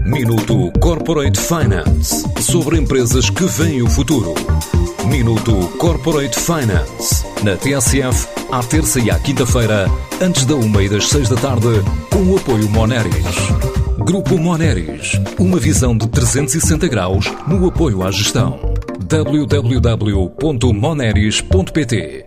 Minuto Corporate Finance, sobre empresas que veem o futuro. Minuto Corporate Finance, na TSF, à terça e à quinta-feira, antes da 1 e das 6 da tarde, com o apoio Moneris. Grupo Moneris, uma visão de 360 graus no apoio à gestão. www.moneris.pt.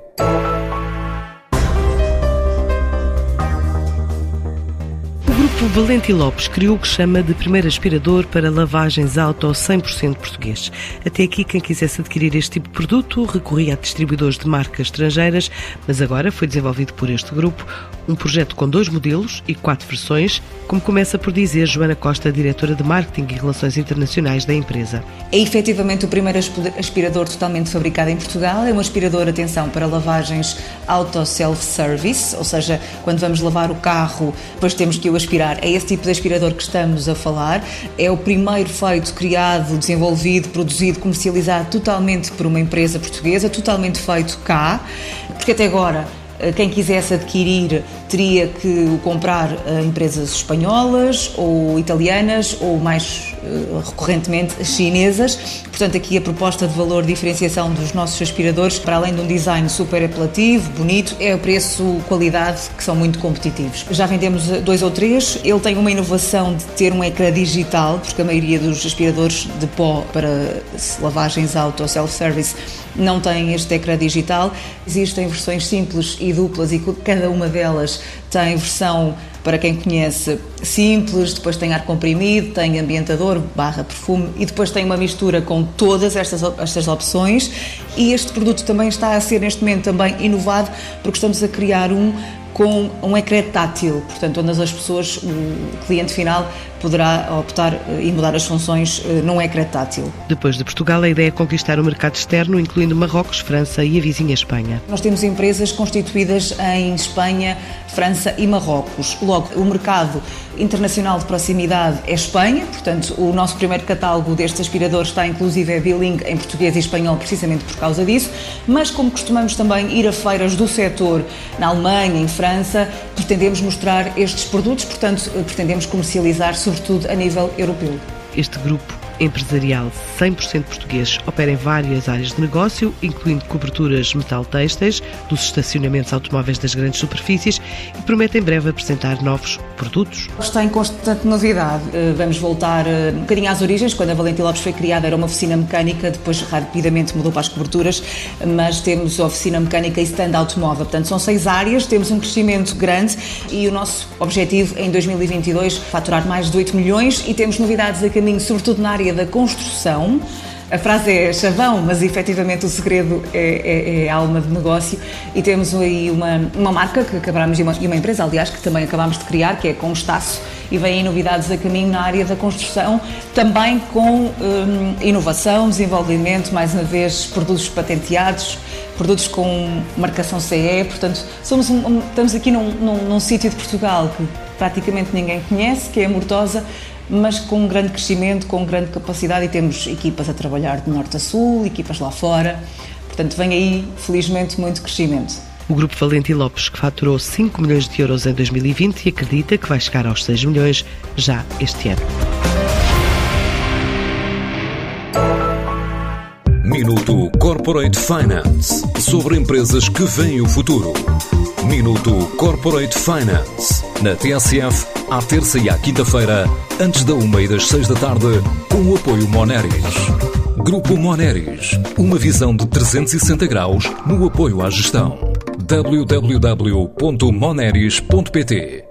O Valente Lopes criou o que chama de primeiro aspirador para lavagens auto 100% português. Até aqui, quem quisesse adquirir este tipo de produto recorria a distribuidores de marcas estrangeiras, mas agora foi desenvolvido por este grupo um projeto com 2 modelos e 4 versões, como começa por dizer Joana Costa, diretora de Marketing e Relações Internacionais da empresa. É efetivamente o primeiro aspirador totalmente fabricado em Portugal. É um aspirador, atenção, para lavagens auto self-service, ou seja, quando vamos lavar o carro, depois temos que o aspirar. É esse tipo de aspirador que estamos a falar. É o primeiro feito, criado, desenvolvido, produzido, comercializado totalmente por uma empresa portuguesa, totalmente feito cá, porque até agora quem quisesse adquirir teria que o comprar a empresas espanholas ou italianas ou mais recorrentemente chinesas. Portanto, aqui a proposta de valor, diferenciação dos nossos aspiradores, para além de um design super apelativo, bonito, é o preço-qualidade, que são muito competitivos. Já vendemos 2 ou 3. Ele tem uma inovação de ter um ecrã digital, porque a maioria dos aspiradores de pó para lavagens auto self-service não tem este ecrã digital. Existem versões simples e duplas e cada uma delas tem versão, para quem conhece, simples, depois tem ar comprimido, tem ambientador / perfume e depois tem uma mistura com todas estas opções. E este produto também está a ser neste momento também inovado, porque estamos a criar com um ecrã tátil, portanto, onde as pessoas, o cliente final, poderá optar e mudar as funções num ecrã tátil. Depois de Portugal, a ideia é conquistar o mercado externo, incluindo Marrocos, França e a vizinha Espanha. Nós temos empresas constituídas em Espanha, França e Marrocos. Logo, o mercado internacional de proximidade é Espanha, portanto, o nosso primeiro catálogo destes aspiradores está inclusive bilingue em português e espanhol, precisamente por causa disso, mas como costumamos também ir a feiras do setor na Alemanha, em França, pretendemos mostrar estes produtos, portanto, pretendemos comercializar sobretudo a nível europeu. Este grupo empresarial 100% português opera em várias áreas de negócio, incluindo coberturas metal-têxteis, dos estacionamentos automóveis das grandes superfícies, e promete em breve apresentar novos produtos. Está em constante novidade. Vamos voltar um bocadinho às origens. Quando a Valente Lopes foi criada era uma oficina mecânica, depois rapidamente mudou para as coberturas, mas temos a oficina mecânica e stand automóvel. Portanto, são 6 áreas, temos um crescimento grande e o nosso objetivo em 2022 faturar mais de 8 milhões e temos novidades a caminho, sobretudo na área da construção. A frase é chavão, mas efetivamente o segredo é a alma de negócio, e temos aí uma marca que acabámos e uma empresa, aliás, que também acabámos de criar, que é Constaço, e vêm novidades a caminho na área da construção, também com inovação, desenvolvimento, mais uma vez, produtos patenteados, produtos com marcação CE, portanto, estamos aqui num sítio de Portugal que praticamente ninguém conhece, que é a Mortosa, mas com um grande crescimento, com grande capacidade, e temos equipas a trabalhar de norte a sul, equipas lá fora, portanto vem aí, felizmente, muito crescimento. O Grupo Valente Lopes, que faturou 5 milhões de euros em 2020 e acredita que vai chegar aos 6 milhões já este ano. Minuto Corporate Finance, sobre empresas que veem o futuro. Minuto Corporate Finance, na TSF, à terça e à quinta-feira, antes da 1 e das 6 da tarde, com o apoio Moneris. Grupo Moneris, uma visão de 360 graus no apoio à gestão. www.moneris.pt